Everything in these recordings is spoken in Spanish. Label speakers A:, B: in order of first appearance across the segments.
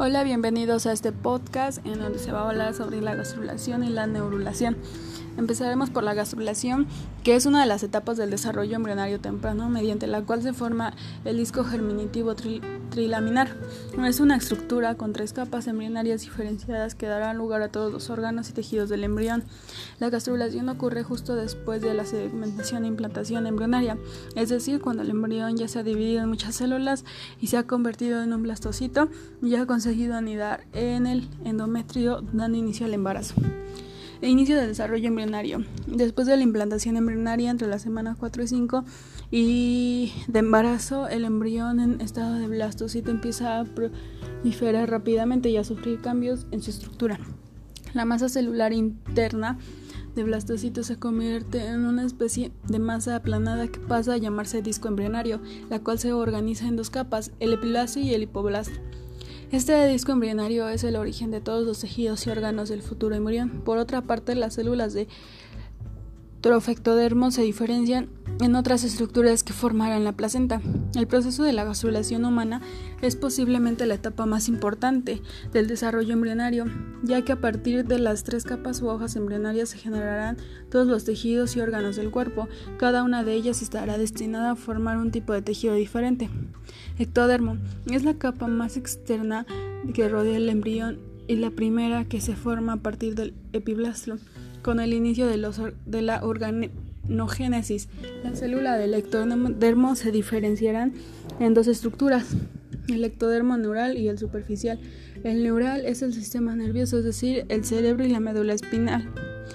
A: Hola, bienvenidos a este podcast en donde se va a hablar sobre la gastrulación y la neurulación. Empezaremos por la gastrulación, que es una de las etapas del desarrollo embrionario temprano, mediante la cual se forma el disco germinativo trilaminar. Es una estructura con 3 capas embrionarias diferenciadas que darán lugar a todos los órganos y tejidos del embrión. La gastrulación ocurre justo después de la segmentación e implantación embrionaria, es decir, cuando el embrión ya se ha dividido en muchas células y se ha convertido en un blastocito y ha conseguido anidar en el endometrio, dando inicio al embarazo. El inicio del desarrollo embrionario. Después de la implantación embrionaria entre las semanas 4 y 5 y de embarazo, el embrión en estado de blastocito empieza a proliferar rápidamente y a sufrir cambios en su estructura. La masa celular interna de blastocito se convierte en una especie de masa aplanada que pasa a llamarse disco embrionario, la cual se organiza en 2 capas, el epiblasto y el hipoblasto. Este disco embrionario es el origen de todos los tejidos y órganos del futuro embrión. Por otra parte, las células de trofectodermo se diferencian en otras estructuras que formarán la placenta. El proceso de la gastrulación humana es posiblemente la etapa más importante del desarrollo embrionario, ya que a partir de las 3 capas u hojas embrionarias se generarán todos los tejidos y órganos del cuerpo. Cada una de ellas estará destinada a formar un tipo de tejido diferente. Ectodermo es la capa más externa que rodea el embrión y la primera que se forma a partir del epiblasto. Con el inicio de la organogénesis, la célula del ectodermo se diferenciarán en 2 estructuras, el ectodermo neural y el superficial. El neural es el sistema nervioso, es decir, el cerebro y la médula espinal,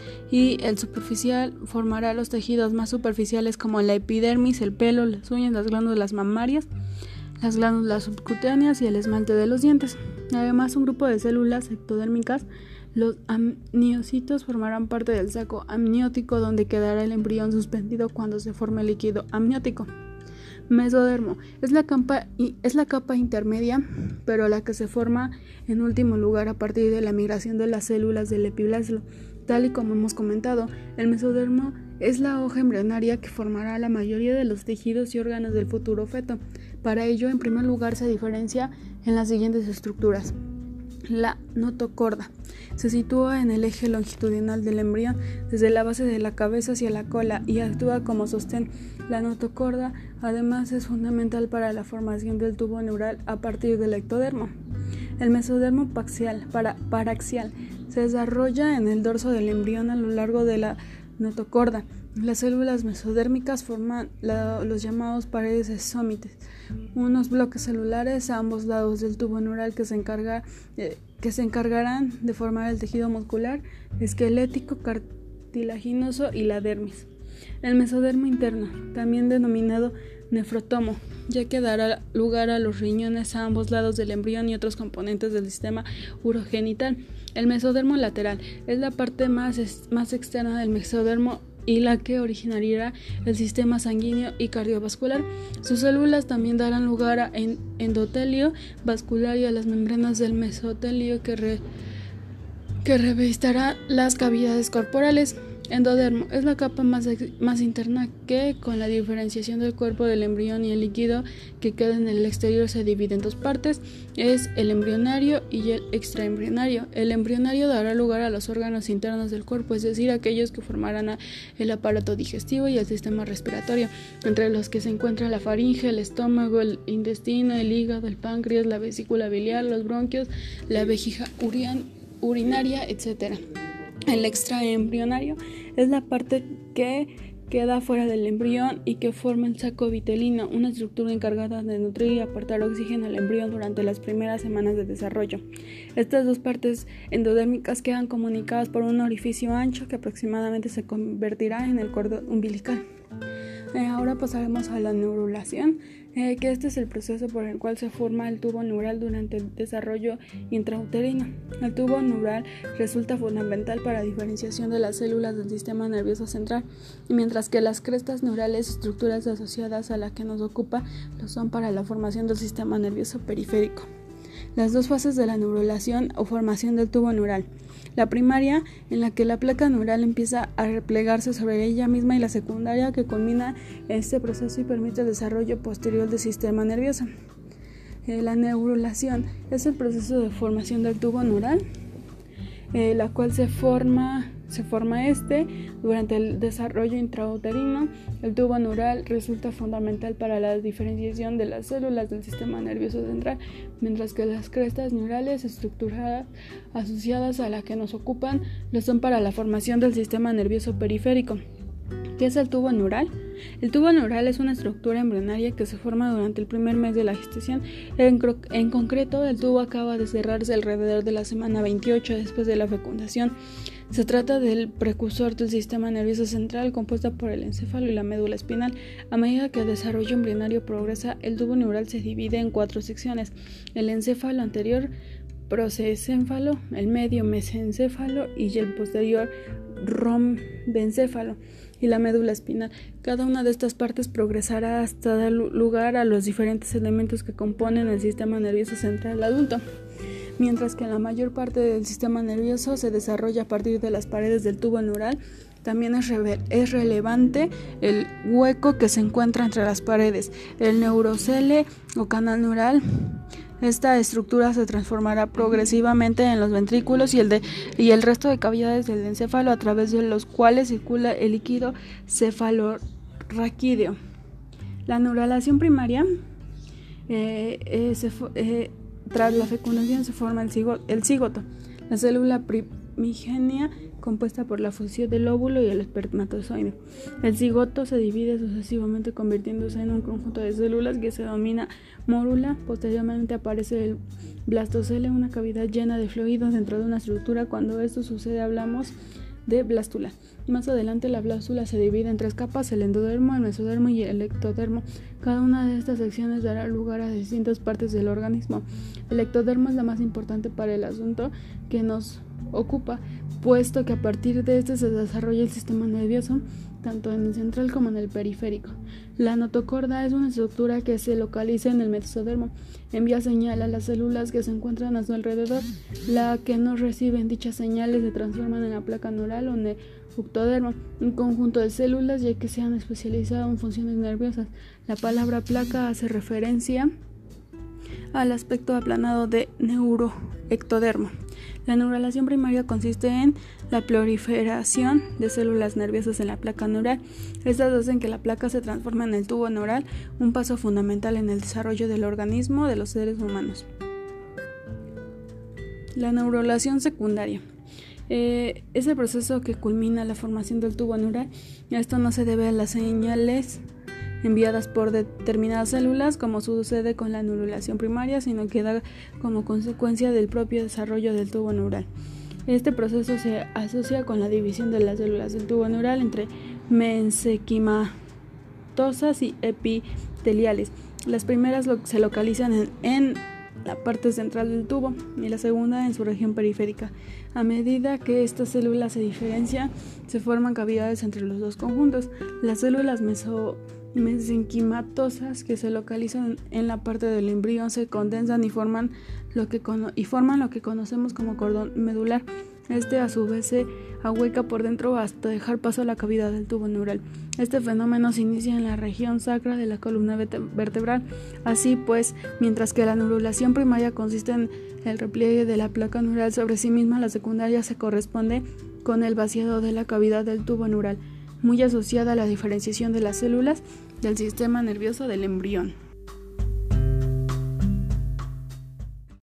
A: y el superficial formará los tejidos más superficiales como la epidermis, el pelo, las uñas, las glándulas mamarias, las glándulas subcutáneas y el esmalte de los dientes. Además, un grupo de células ectodérmicas, los amniocitos, formarán parte del saco amniótico donde quedará el embrión suspendido cuando se forme el líquido amniótico. Mesodermo es la capa intermedia, pero la que se forma en último lugar a partir de la migración de las células del epiblasto. Tal y como hemos comentado, el mesodermo es la hoja embrionaria que formará la mayoría de los tejidos y órganos del futuro feto. Para ello, en primer lugar, se diferencia en las siguientes estructuras. La notocorda se sitúa en el eje longitudinal del embrión, desde la base de la cabeza hacia la cola, y actúa como sostén. La notocorda, además, es fundamental para la formación del tubo neural a partir del ectodermo. El mesodermo paraxial se desarrolla en el dorso del embrión a lo largo de la notocorda. Las células mesodérmicas forman los llamados paredes exómites, unos bloques celulares a ambos lados del tubo neural que se encargarán de formar el tejido muscular, esquelético, cartilaginoso y la dermis. El mesodermo interno, también denominado nefrotomo, ya que dará lugar a los riñones a ambos lados del embrión y otros componentes del sistema urogenital. El mesodermo lateral es la parte más externa del mesodermo y la que originaría el sistema sanguíneo y cardiovascular. Sus células también darán lugar a endotelio vascular y a las membranas del mesotelio que revestirá las cavidades corporales. Endodermo es la capa más interna que, con la diferenciación del cuerpo del embrión y el líquido que queda en el exterior, se divide en 2 partes, es el embrionario y el extraembrionario. El embrionario dará lugar a los órganos internos del cuerpo, es decir, aquellos que formarán el aparato digestivo y el sistema respiratorio, entre los que se encuentra la faringe, el estómago, el intestino, el hígado, el páncreas, la vesícula biliar, los bronquios, la vejiga urinaria, etc. El extraembrionario es la parte que queda fuera del embrión y que forma el saco vitelino, una estructura encargada de nutrir y aportar oxígeno al embrión durante las primeras semanas de desarrollo. Estas 2 partes endodérmicas quedan comunicadas por un orificio ancho que aproximadamente se convertirá en el cordón umbilical. Ahora pasaremos a la neurulación, que este es el proceso por el cual se forma el tubo neural durante el desarrollo intrauterino. El tubo neural resulta fundamental para la diferenciación de las células del sistema nervioso central, mientras que las crestas neurales, estructuras asociadas a la que nos ocupa, lo son para la formación del sistema nervioso periférico. Las 2 fases de la neurulación o formación del tubo neural. La primaria, en la que la placa neural empieza a replegarse sobre ella misma, y la secundaria, que culmina este proceso y permite el desarrollo posterior del sistema nervioso. La neurulación es el proceso de formación del tubo neural, la cual se forma durante el desarrollo intrauterino. El tubo neural resulta fundamental para la diferenciación de las células del sistema nervioso central, mientras que las crestas neurales estructuradas asociadas a la que nos ocupan lo son para la formación del sistema nervioso periférico. ¿Qué es el tubo neural? El tubo neural es una estructura embrionaria que se forma durante el primer mes de la gestación. En concreto, el tubo acaba de cerrarse alrededor de la semana 28 después de la fecundación. Se trata del precursor del sistema nervioso central, compuesta por el encéfalo y la médula espinal. A medida que el desarrollo embrionario progresa, el tubo neural se divide en 4 secciones: el encéfalo anterior, prosencéfalo, el medio mesencéfalo y el posterior rombencéfalo y la médula espinal. Cada una de estas partes progresará hasta dar lugar a los diferentes elementos que componen el sistema nervioso central adulto, mientras que la mayor parte del sistema nervioso se desarrolla a partir de las paredes del tubo neural. También es relevante el hueco que se encuentra entre las paredes, el neurocele o canal neural. Esta estructura se transformará progresivamente en los ventrículos y el resto de cavidades del encéfalo, a través de los cuales circula el líquido cefalorraquídeo. La neurulación primaria, tras la fecundación se forma el cigoto, la célula primigenia compuesta por la fusión del óvulo y el espermatozoide. El cigoto se divide sucesivamente, convirtiéndose en un conjunto de células que se denomina mórula. Posteriormente aparece el blastocele, una cavidad llena de fluidos dentro de una estructura. Cuando esto sucede hablamos de blástula. Más adelante la blástula se divide en 3 capas: el endodermo, el mesodermo y el ectodermo. Cada una de estas secciones dará lugar a distintas partes del organismo. El ectodermo es la más importante para el asunto que nos ocupa, puesto que a partir de este se desarrolla el sistema nervioso, tanto en el central como en el periférico. La notocorda es una estructura que se localiza en el mesodermo. Envía señal a las células que se encuentran a su alrededor. Las que no reciben dichas señales se transforman en la placa neural o neurodermo, un conjunto de células ya que se han especializado en funciones nerviosas. La palabra placa hace referencia al aspecto aplanado de neuroectodermo. La neurulación primaria consiste en la proliferación de células nerviosas en la placa neural. Estas hacen que la placa se transforme en el tubo neural, un paso fundamental en el desarrollo del organismo de los seres humanos. La neurulación secundaria es el proceso que culmina la formación del tubo neural. Esto no se debe a las señales enviadas por determinadas células, como sucede con la neurulación primaria, sino que da como consecuencia del propio desarrollo del tubo neural. Este proceso se asocia con la división de las células del tubo neural entre mesenquimatosas y epiteliales. Las primeras se localizan en la parte central del tubo y la segunda en su región periférica. A medida que estas células se diferencian, se forman cavidades entre los dos conjuntos. Las células mesenquimatosas, que se localizan en la parte del embrión, se condensan y forman lo que conocemos como cordón medular. Este a su vez se ahueca por dentro hasta dejar paso a la cavidad del tubo neural. Este fenómeno se inicia en la región sacra de la columna vertebral. Así pues, mientras que la neurulación primaria consiste en el repliegue de la placa neural sobre sí misma, la secundaria se corresponde con el vaciado de la cavidad del tubo neural, muy asociada a la diferenciación de las células del sistema nervioso del embrión.